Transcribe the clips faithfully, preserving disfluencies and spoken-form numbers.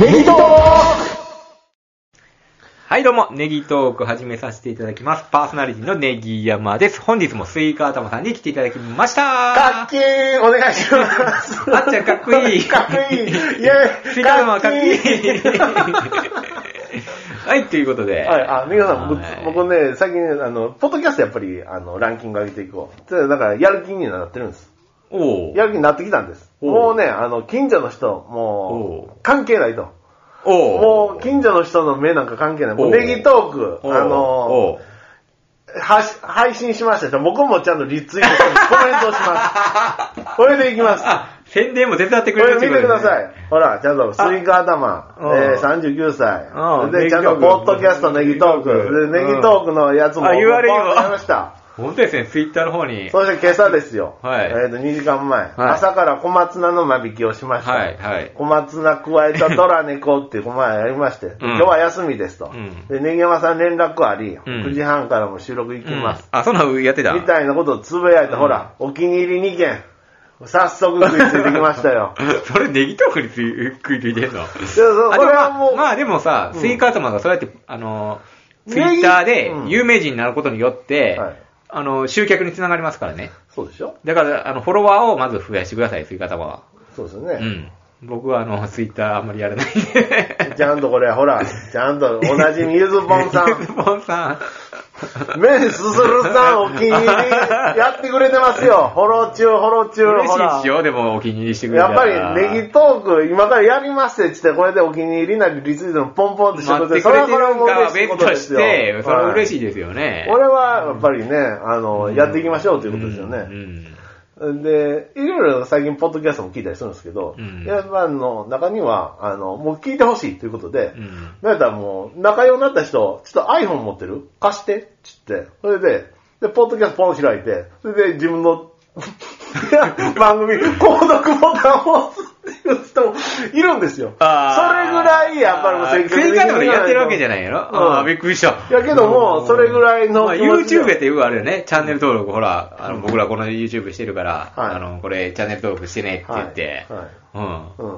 ネギトーク。 はいどうも、ネギトーク始めさせていただきます。パーソナリティのネギ山です。本日もスイカ頭さんに来ていただきました。 かっけー、お願いします。 あっちゃんかっこいい。 かっこいい。イェーイ。 スイカ頭はかっこいい。はい、ということで。 はい、あ、皆さん、僕ね、最近、あの、ポッドキャストやっぱり、あの、ランキング上げていこう。だから、やる気になってるんです。 おやる気になってきたんです。もうね、あの、近所の人、もう、関係ないと。 おもう、近所の人の目なんか関係ない。もう、ネギトーク、あの、配信しました。僕もちゃんとリツイートしてコメントをします。これでいきます。 あ、宣伝も手伝ってくれるこれ見てください。ほら、ちゃんとスイカ頭、えー、さんじゅうきゅうさい。で、ちゃんとポッドキャストネギトーク。で、ネギトークのやつも、 あ、言われるよ。 やりました。 本当ですね、ツイッターの方に。 そして今朝ですよ。 はい。 えっと、にじかんまえ。はい、朝から小松菜の間引きをしました。 はい、はい。 小松菜加えたドラ猫っていう小松菜やりまして、うん、今日は休みですと。うん、で、ネギ山さん連絡あり、うん、くじはんからも収録行きます。 うん、あ、そんなのやってたみたいなことをつぶやいて、うん、ほら、お気に入りにけん。早速食いついてきましたよ。 それネギトークについ食いついてんの？いや、 そう、これはもう。 まあでもさ、スイカ頭がそうやって、あの、ツイッターで有名人になることによって、はい、あの、集客につながりますからね。 そうでしょ？ だから、あの、フォロワーをまず増やしてください、スイカ頭は。 そうですね。 うん。僕はあの、ツイッターあんまりやらないんで。 ちゃんとこれ、ほら、ちゃんとおなじみゆずぽんさん。 ゆずぽんさん。 メンすするさんお気に入りやってくれてますよ。フォロー中、フォロー中。 嬉しいですよ、でもお気に入りしてくれたら。 やっぱりネギトーク、今からやりますって言って、これでお気に入りなりリツイートのポンポンってしてくれて、 それはこれも嬉しいことですよ。それも嬉しいですよね。 俺はやっぱりね、あの、やっていきましょうということですよね。で、いろいろ最近ポッドキャストも聞いたりするんですけど、うん、やっぱあの、中には、あの、もう聞いてほしいということで、うん、だったらもう、仲良くなった人、ちょっと iPhone 持ってる貸してつって、それで、で、ポッドキャストポン開いて、それで自分の番組、購読ボタンを押すっていう人もいるんですよ。それぐらい、やっぱりもう積極的に。でやってるわけじゃないやろ、うん、ああ、びっくりした。 やけども、それぐらいの。 まあ、YouTube っていうあれよね、チャンネル登録、ほら、あの、僕らこの YouTube してるから、はい、あの、これチャンネル登録してねって言って。はいはいうん。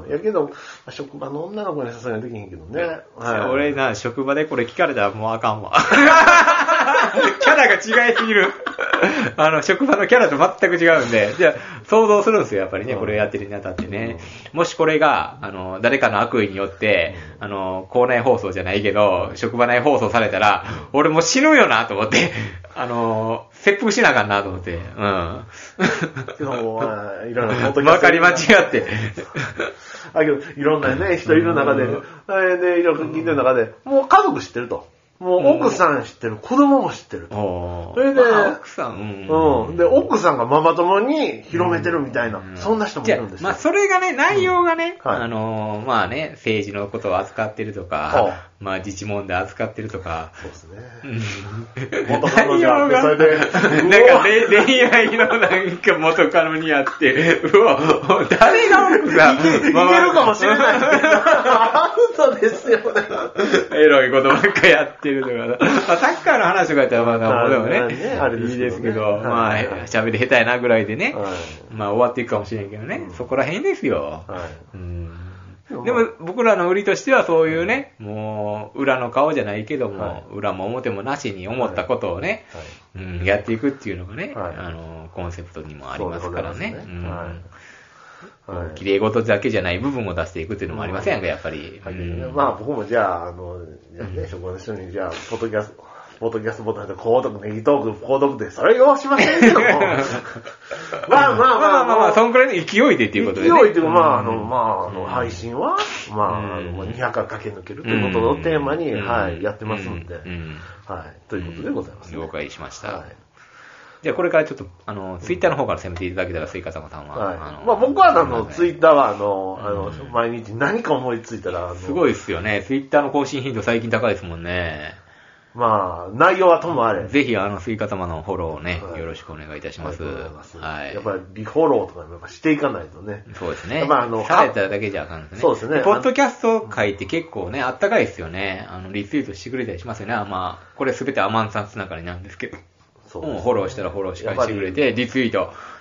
うん。やけど、職場の女の子にさすがにできへんけどね。 はい。俺な、職場でこれ聞かれたらもうあかんわ。キャラが違いすぎる。あの、職場のキャラと全く違うんで、じゃあ、想像するんですよ、やっぱりね、これをやってるにあたってね。もしこれが、あの、誰かの悪意によって、あの、校内放送じゃないけど、職場内放送されたら、俺もう死ぬよなと思って、あの、切腹しなあかんなと思って、うん。 けども、いろんなこと分かり間違って。 あ、けど、いろんなね、人いる中で、で、いろいろ聞いてる中で、もう家族知ってると。もう奥さん知ってる、子供も知ってると。それで、 奥さん、 うん。で、奥さんがママ友に広めてるみたいな、そんな人もいるんですよ。 まあ、それがね、内容がね、あの、まあね、政治のことを扱ってるとか、まあ、自治問題扱ってるとか。 そうですね。 うん。元カノにあって、それで、なんか恋愛のなんか元カノにあって、うわ、誰が奥さんいけるかもしれない。アウトですよね。 エロいことばっかやってるとか、まあ、サッカーの話とかやったらまだ、でもね、いいですけど、まあ、喋り下手やなぐらいでね、まあ終わっていくかもしれんけどね、そこら辺ですよ。でも僕らの売りとしてはそういうね、もう裏の顔じゃないけども、裏も表もなしに思ったことをね、やっていくっていうのがね、あのコンセプトにもありますからね。綺麗事だけじゃない部分を出していくっていうのもありませんか、やっぱり。 まあ僕もじゃあ、あの、じゃあね、職場の人にじゃあ、ポッドキャスト、ポッドキャストボタンで、購読、ネギトーク、購読で、それよしませんけども。まあまあまあまあまあ、そんくらいの勢いでっていうことでね。 勢いっていうか、まああの、まああの、配信は、まあ、あの、にひゃくかい駆け抜けるということをテーマに、はい、やってますんで。はい。ということでございます。 了解しました。じゃあこれからちょっと、あの、ツイッターの方から攻めていただけたら、スイカ様さんは。はい。 あのまあ僕はあの、ツイッターはあの、あの、毎日何か思いついたら、あの、 すごいですよね。ツイッターの更新頻度最近高いですもんね。 まあ、内容はともあれ。 ぜひ、あの、スイカ様のフォローをね、よろしくお願いいたします。 はい。やっぱり、リフォローとかやっぱしていかないとね。 そうですね。まあ、あの、されただけじゃあかんですね。 そうですね。 ポッドキャスト書いて結構ね、あったかいですよね。あの、リツイートしてくれたりしますよね。まあ、これすべてアマンさんつながりなんですけど。そう。フォローしたらフォローしっかりしてくれて、リツイート。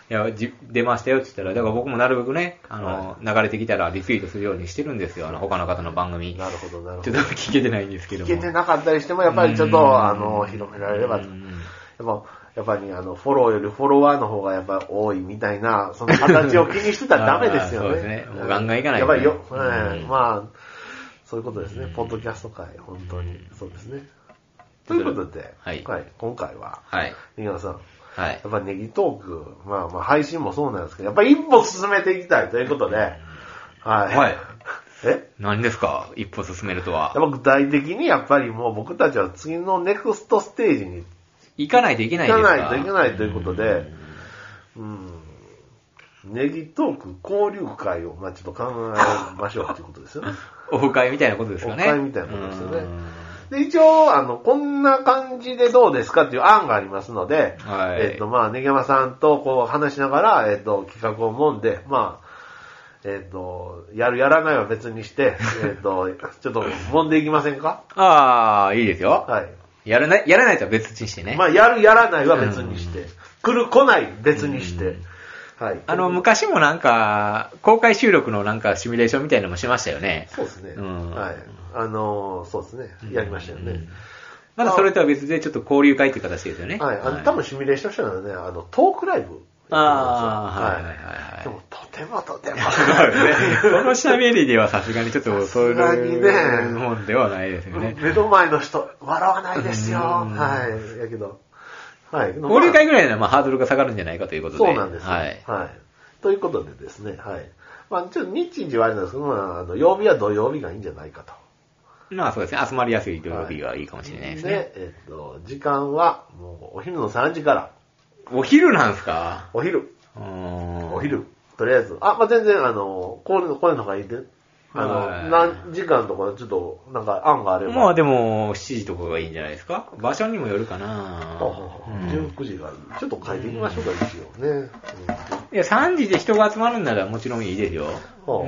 いや、じ出ましたよって言ったら、だから僕もなるべくね、あの、はい、流れてきたらリツイートするようにしてるんですよ、あの、他の方の番組。 なるほど、なるほど。 ちょっと聞けてないんですけども。 聞けてなかったりしても、やっぱりちょっと、あの、広められればと。やっぱ、やっぱり、あの、フォローよりフォロワーの方がやっぱ多いみたいな、その形を気にしてたらダメですよね。 そうですね。もうガンガンいかないと、ね。やっぱりよ、うん、まあ、そういうことですね。ポッドキャスト界、本当に。そうですね。ということで、はい、はい、今回は、はい。新山さん。はい。やっぱネギトーク、まあまあ配信もそうなんですけど、やっぱり一歩進めていきたいということで、はい。 はい。え何ですか一歩進めるとは。 やっぱ具体的にやっぱりもう僕たちは次のネクストステージに行かないといけないですか行かないといけないということで、うん。ネギトーク交流会を、まあちょっと考えましょうということですよね。 オフ会みたいなことですかね。 オフ会みたいなことですよね。で、一応、あの、こんな感じでどうですかっていう案がありますので、はい、えっと、まあ、ネギ山さんとこう話しながら、えっと、企画をもんで、まあ、えっと、やるやらないは別にして、えっと、ちょっと、もんでいきませんか？ ああ、いいですよ。 はい。 やらない、やらないとは別にしてね。 まあ、やるやらないは別にして、来る来ない別にして、 はい。あの、昔もなんか、公開収録のなんかシミュレーションみたいなのもしましたよね。 そうですね。うん、はい。あのー、そうですね。やりましたよね。うん、 まだそれとは別でちょっと交流会っていう形ですよね。 はい。あの、はい、多分シミュレーションしたのはね、あの、トークライブ。 ああ、はいはいはいはい。 でも、とてもとても。 この喋りではさすがにちょっとそういうもんではないですよね。 目の前の人、笑わないですよ。はい。やけど。はい。 交流会ぐらいならまあハードルが下がるんじゃないかということで。 そうなんです。はい。はい。ということでですね、はい。まあ、ちょっと日時はあれなんですけど、まあ、あの、曜日は土曜日がいいんじゃないかと。 まあそうですね、集まりやすい土曜日がいいかもしれないですね。 はい、で、えっと、時間は、もう、お昼のさんじから。 お昼なんすか？ お昼。お昼。とりあえず。あ、まあ、全然、あの、こういうの、こういうのがいいで。あの、何時間とか、ちょっと、なんか、案があれば。 まあでも、しちじとかがいいんじゃないですか？場所にもよるかな。 じゅうくじがいい。ちょっと変えていきましょうか、一応ね。うん、いや、さんじで人が集まるんならもちろんいいですよ。うん。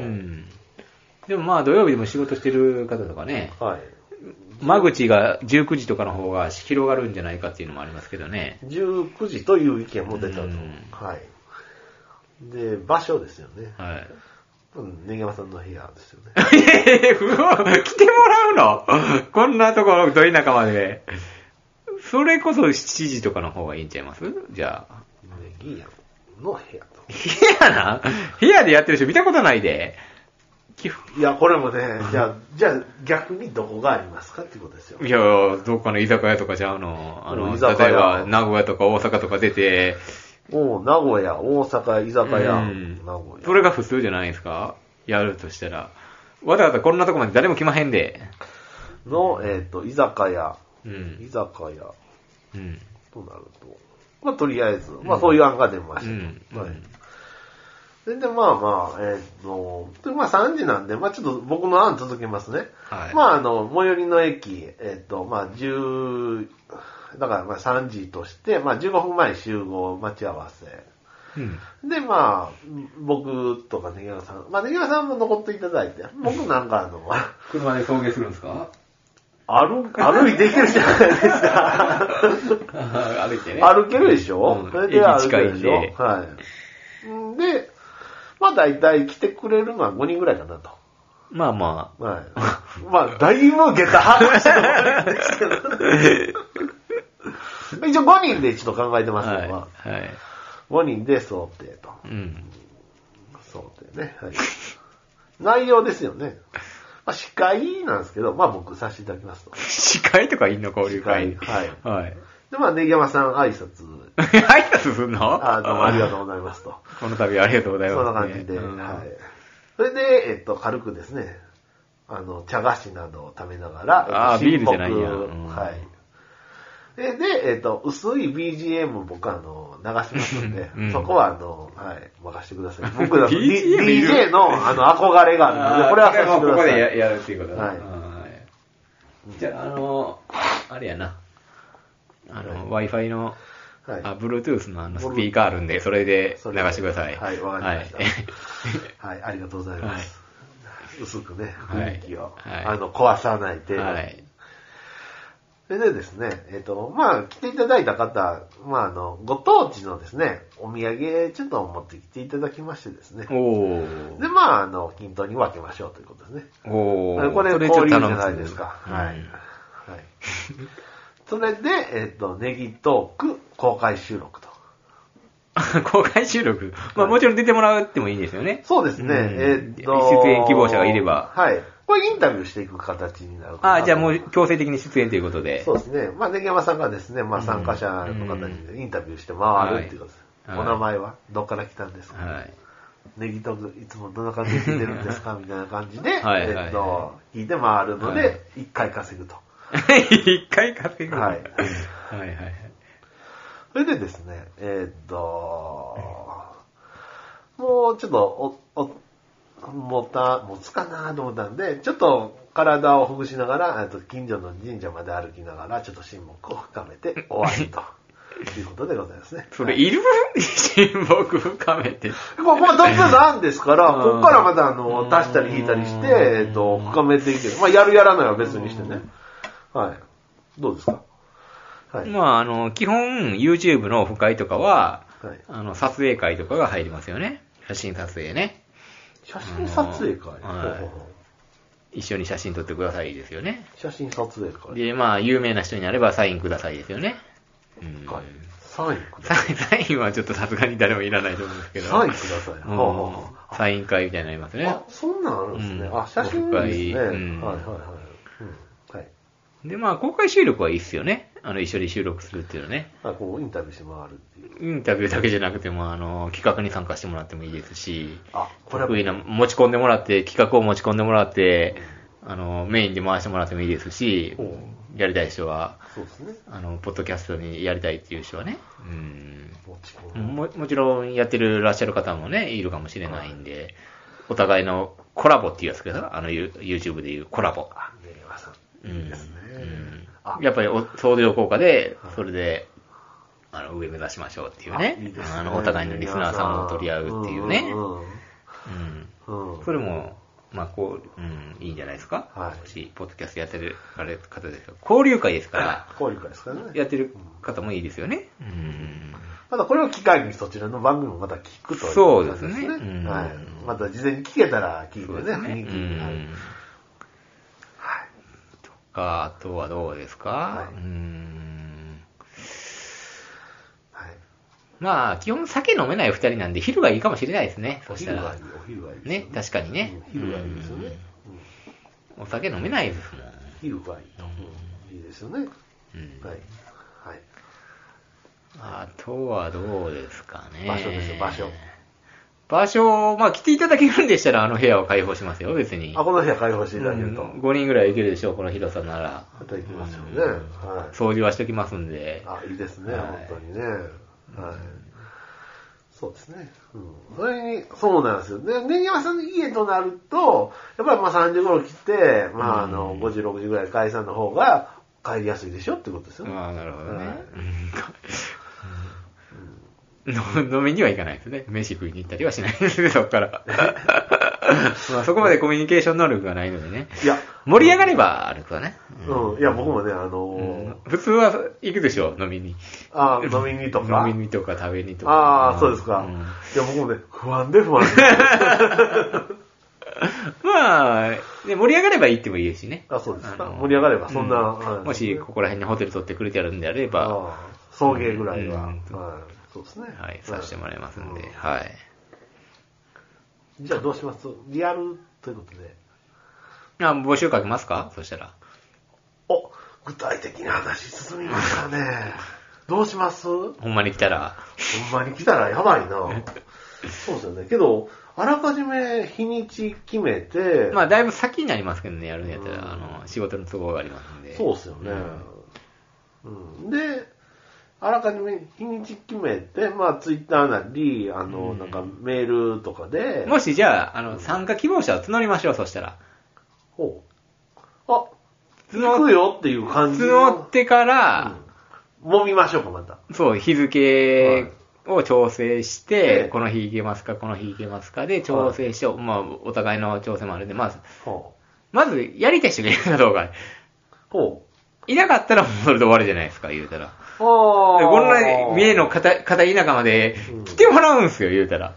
でもまあ土曜日でも仕事してる方とかね。はい。間口がじゅうくじとかの方が広がるんじゃないかっていうのもありますけどね。 じゅうくじという意見も出たと。はい。で、場所ですよね。はい。ネギ山さんの部屋ですよね。 えぇ、来てもらうのこんなところ、ど田舎まで。それこそしちじとかの方がいいんちゃいますじゃあ。 ネギ山の部屋と。 部屋な部屋でやってる人見たことないで。 いや、これもね、じゃあ、じゃあ逆にどこがありますかっていうことですよ。 いや、どっかの居酒屋とかちゃうの。あの、例えば、名古屋とか大阪とか出て、 お名古屋、大阪、居酒屋、うん、名古屋。 それが普通じゃないですかやるとしたら。わざわざこんなとこまで誰も来まへんで。 の、えっ、ー、と、居酒屋、うん、居酒屋、うん、となると。まあ、とりあえず、まあ、そういう案が出ました。うんうん、はい。それで、まあまあ、えっ、ー、と、まあさんじなんで、まあちょっと僕の案続けますね。はい。まああの、最寄りの駅、えっ、ー、と、まあじゅう、だからまあさんじとして、まあじゅうごふんまえに集合待ち合わせ。うん、で、まあ、僕とかネギ山さん、まあネギ山さんも残っていただいて、僕なんかあの、 車で送迎するんですか？ 歩、歩いていけるじゃないですか。 歩いてね。 歩けるでしょ、うん、それで歩けるでしょ、 駅近いんで。 はい。で、まあ大体来てくれるのはごにんぐらいかなと。 まあまあ。はい。まあ、だいぶ下駄話してるんですけど。一応ごにんでちょっと考えてますのは、はい。はい、ごにんで想定と。うん。想定ね。はい。内容ですよね。まあ、司会なんですけど、まあ僕させていただきますと。 司会とかいんの交流会。 はい。はい。で、まあ、ネギ山さん挨拶。 挨拶すんの？ あ、どうもありがとうございますと。 この度ありがとうございます、 ね。そんな感じで、うん、はい。それで、えっと、軽くですね、あの、茶菓子などを食べながら、 ああ、ビールじゃないや。うん、はい。で、で、えっと、薄い ビージーエム 僕あの、流しますんで、うん、そこはあの、はい、任せてください。僕だと ディージェー のあの、憧れがあるので、これはさせてください。 ここで や, やるっていうことだ。はい。じゃあ、あの、あれやな。あの、はい、Wi-Fi の、はい、あ、Bluetooth のあのスピーカーあるんで、それで流してください。 はい、わかりました。はい、はい、ありがとうございます。はい、薄くね、雰囲気を、はい、あの、壊さない程度に。はい。 それでですね、えっ、ー、と、まあ、来ていただいた方、まあ、あの、ご当地のですね、お土産、ちょっと持ってきていただきましてですね。おで、まあ、あの、均等に分けましょうということですね。おこれ、交流じゃないですか。はい。はい。それで、えっ、ー、と、ネギトーク公開収録と。 公開収録まあ、もちろん出てもらってもいいんですよね。 そうですね。うん、えっ、ー、と。 出演希望者がいれば。 はい。これインタビューしていく形になるかな。ああ、じゃあもう強制的に出演ということで。 そうですね。まあ、ネギ山さんがですね、まあ、参加者の方にインタビューして回るっていうことです。はい、お名前はどっから来たんですか、はい、ネギトークいつもどんな感じで聞いてるんですかみたいな感じで、はい、えっと、聞いて回るので、いっかい稼ぐと。 いっかい稼ぐはい。はいはいはい。 それでですね、えー、っと、もうちょっとお、お、持た、持つかなと思ったんで、ちょっと体をほぐしながら、と近所の神社まで歩きながら、ちょっと親睦を深めて終わりと。いうことでございますね。 それいる、はい、親睦深めて。 まあ、まあ、突然なんですから、ここからまたあの、足したり引いたりして、えっと、深めていける。まあ、やるやらないは別にしてね。はい。どうですか？ はい。まあ、あの、基本、YouTube のオフ会とかは、はい、あの、撮影会とかが入りますよね。写真撮影ね。 写真撮影会、はい、 一緒に写真撮ってくださいですよね。 写真撮影会で、まあ、有名な人になればサインくださいですよね。うん、 はい。サインください。 サインはちょっとさすがに誰もいらないと思うんですけど。 サインください。うん、 サイン会みたいになりますね。 あ、そんなんあるんですね。うん、あ、写真会ですね。うん、はいはいはい。うん、はい。 で、まあ、公開収録はいいっすよね。あの、一緒に収録するっていうのね。 あ、こう、インタビューして回るっていう。 インタビューだけじゃなくても、あの、企画に参加してもらってもいいですし、 あ、これは得意な、持ち込んでもらって、企画を持ち込んでもらって、うん、あの、メインで回してもらってもいいですし、うん、やりたい人は、 そうですね。 あの、ポッドキャストにやりたいっていう人はね、うん、も, もちろんやってるらっしゃる方もね、いるかもしれないんで、はい、お互いのコラボっていうやつけど、あの、YouTube でいうコラボ。 あ、ねえ、さん。いいですね。 うんやっぱり相乗効果で、それで、あの、上目指しましょうっていうね。いいですね。あの、お互いのリスナーさんを取り合うっていうね。うん。それも、まあ、こう、うん、いいんじゃないですか。はい。し、ポッドキャストやってる方ですから、交流会ですから。 交流会ですからね。 やってる方もいいですよね。うん。 またこれを機会にそちらの番組もまた聞くという、 ね。そうですね。うん、 はい。また事前に聞けたら聞いてね、雰囲気になる。 あとはどうですか、はい、うーん、はい、まあ、基本酒飲めない二人なんで、昼がいいかもしれないですね。そしたら。 お昼がいいですね。ね、確かにね。 うん、昼がいいですよね、 うん。お酒飲めないですもん。 昼がいいと。うん、いいですよね。うん。はい。はい。 あとはどうですかね。 場所ですよ、場所。 場所、まあ来ていただけるんでしたらあの部屋を開放しますよ、別に。 あ、この部屋開放していただけると。うん、 ごにんぐらいいけるでしょう、この広さなら。 また行きますよね、うん。はい。 掃除はしておきますんで。 あ、いいですね、はい、本当にね。はい。そうですね。うん。それに、そうなんですよ。で、ネギ山さんの家となると、やっぱりまあさんじ頃来て、まああの、ごじ、ろくじぐらい解散の方が帰りやすいでしょってことですよね。 ああ、なるほどね。はい飲みには行かないですね。飯食いに行ったりはしないですね、そこから。まあそこまでコミュニケーション能力がないのでね。いや、盛り上がればあるかね。 うん、うん、いや、僕もね、あのーうん、普通は行くでしょ、飲みに。 ああ、飲みにとか。 飲みにとか食べにとか。 ああ、そうですか。うん、いや、僕もね、不安で不安で。 まあ、ね、盛り上がれば行ってもいいですしね。 あ、そうですか。盛り上がれば、そんな、 うん。もし、ここら辺にホテル取ってくれてあるんであれば。 送迎ぐらいは。うんうんはいそうですね。 はい、させてもらいますんで、うん、はい。 じゃあどうします？リアルということで。 あ、募集かけますか？そしたら。 お、具体的な話進みますかね。どうします？ほんまに来たら。 ほんまに来たらやばいな。そうですよね。けど、あらかじめ日にち決めて。 まあ、だいぶ先になりますけどね、やるんやったら、うん、あの、仕事の都合がありますんで。 そうですよね。うん。うん、で、あらかじめ日にち決めて、まあツイッターなり、あの、うん、なんかメールとかで。 もしじゃあ、あの、参加希望者を募りましょう、そしたら。 ほう。あ、行くよっていう感じ。 募ってから、 うん、揉みましょうか、また。 そう、日付を調整して、はい、この日行けますか、この日行けますかで調整しよう。はい、まあ、お互いの調整もあるんで、まず、まず、やりたい人がいるかどうか。 ほう。 いなかったらもうそれで終わりじゃないですか、言うたら。こんな三重の片、片田舎まで来てもらうんすよ、言うたら。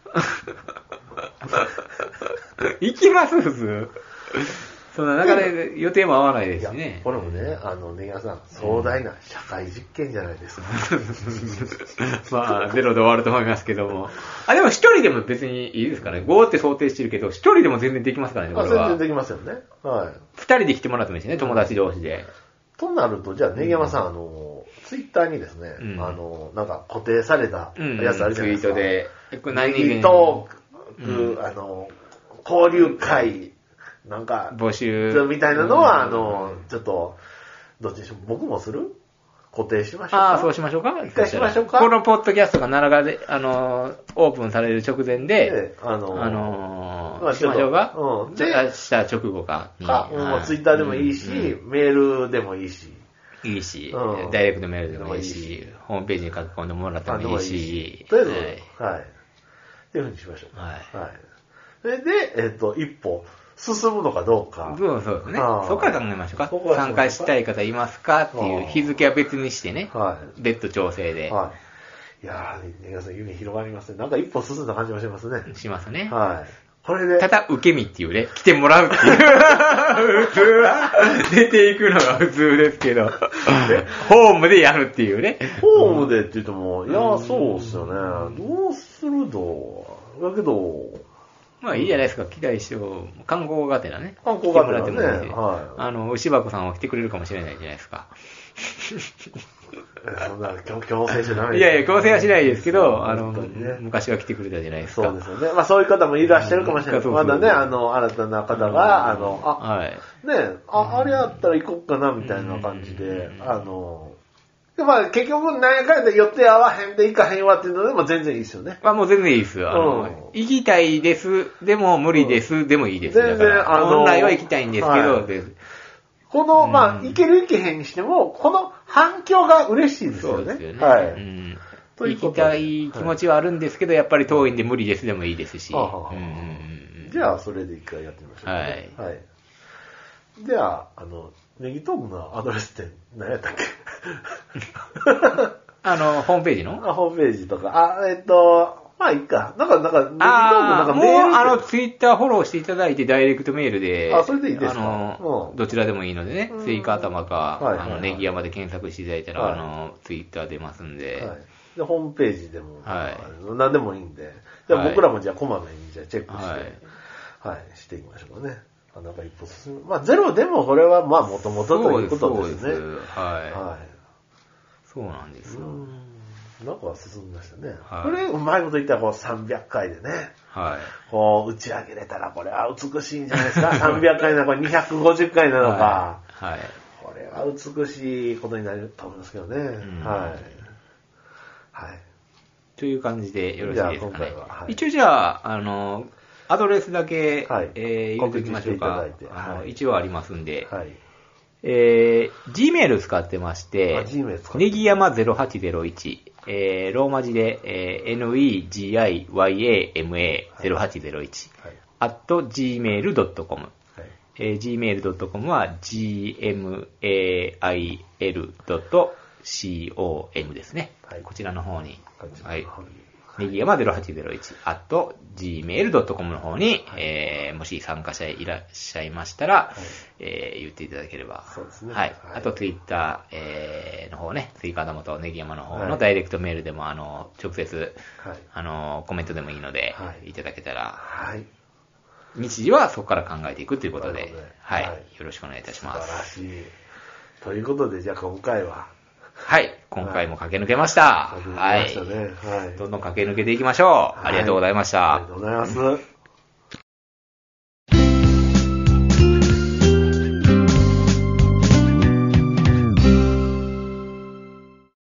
行きます、普通。そんな、なかなか予定も合わないですしね。 これもね、あの、ネギワさん、壮大な社会実験じゃないですか。 まあ、ゼロで終わると思いますけども。あ、でも一人でも別にいいですかね。ごって想定してるけど、一人でも全然できますからね、これは。 全然できますよね。はい。 二人で来てもらってもいいしね、友達同士で。 となると、じゃあ、ネギヤマさん、あの、ツイッターにですね、あの、なんか固定されたやつあるじゃないですか。 ツイートで。 ネギトーク、あの、交流会、なんか、 募集。 みたいなのは、あの、ちょっと、どっちにしよう。僕もする固定しましょうか。 ああ、そうしましょうか。 一回しましょうか。 このポッドキャストが奈良がで、あの、オープンされる直前で、 あの、 あの、しましょうか。うん。で、した直後か。 か、もうツイッターでもいいし、メールでもいいし。 いいし、ダイレクトメールでもいいし、ホームページに書き込んでもらってもいいし。 とりあえず、はい。っていうふうにしましょう。はい。はい。それで、えっと、一歩。進むのかどうか。 そうそうですね。そこから考えましょうか。参加したい方いますかっていう日付は別にしてね。はい。別途調整で。はい。 いやー、ネガさん夢広がりますね。なんか一歩進んだ感じもしますね。 しますね。 はい。これで。 ただ、受け身っていうね、来てもらうっていう。普通は出ていくのが普通ですけど。ホームでやるっていうね。 ホームでって言っても、いやー、そうっすよね。どうすると。だけど、 まあいいじゃないですか、期待しても、観光がてらね。 観光がてらね。 はい。あの、牛箱さんは来てくれるかもしれないじゃないですか。 そんな、強制しない。 いやいや、強制はしないですけど、あの、昔は来てくれたじゃないですか。 そうですよね。まあそういう方もいらっしゃるかもしれない。まだね、あの、新たな方が、あの、あ、ね、あ、あれやったら行こっかな、みたいな感じで、あの、でまあ結局何やかんやで予定合わへんで行かへんわっていうのでも全然いいですよね。 まあもう全然いいですよ。あの、うん、行きたいです、でも無理です、うん、でもいいです。全然、あの、本来は行きたいんですけど、はい、 この、まあ、行ける行けへんにしても、この反響が嬉しいですよね。 そうですよね。はい。うん、行きたい気持ちはあるんですけど、やっぱり遠いんで無理ですでもいいですし。 じゃあ、それで一回やってみましょう、ね。はい。はい。じゃあ、あの、ネギトークのアドレスって何やったっけあの、ホームページのあホームページとか。あ、えっと、まあいいか。なんか、なんか、ネギトークなんかメール。もう、あの、ツイッターフォローしていただいて、ダイレクトメールで。 あ、それでいいですか。あの、うん、どちらでもいいのでね、ツイカ頭か、はいはいはい、あの、ネギ山で検索していただいたら、はい、あの、ツイッター出ますんで。はい。 で、ホームページでも、はい。何でもいいんで。じゃあ僕らもじゃあ、こまめに、じゃあチェックして、はい、はい、していきましょうかね。なんか一歩進む。まあ、ゼロでもこれは、まあ、もともとということですね。そうです。はい。はい。 そうなんですよ。 なんか進みましたね。はい、これ、うまいこと言ったら、こう、さんびゃっかいでね。 はい。 こう、打ち上げれたら、これは美しいんじゃないですか。さんびゃっかいなのか、にひゃくごじゅっかいなのか。はい。はい、これは美しいことになると思いますけどね。うん、はい。はい。 という感じでよろしいですかね。今回は。はい、一応じゃあ、あの、アドレスだけ、はい、えー、入れておきましょうか。はい、あの一応ありますんで。はい。えー、Gmail 使ってまして、ネギヤマゼロはちゼロいち、えー、ローマ字で、えー、ネギヤマゼロはちゼロいち、はい、アット ジーメールドットコム、はいえー、ジーメールドットコム は ジーエムエーアイエルドットコム ですね。はい、こちらの方に。はい。ネギヤマゼロはちゼロいち、アット ジーメールドットコム の方に、はいえー、もし参加者いらっしゃいましたら、はいえー、言っていただければ。そうですね。はい。はい、あとツイッター、えー、の方ね、ツイカーダモとネギヤマの方のダイレクトメールでも、あの、直接、はい、あの、コメントでもいいので、はい、いただけたら、はい。日時はそこから考えていくということで、はい、はい。よろしくお願いいたします。 素晴らしい。ということで、じゃあ今回は、 はい。今回も駆け抜けました。 はい。駆け抜けましたね。はい。 どんどん駆け抜けていきましょう。ありがとうございました。 ありがとうございます。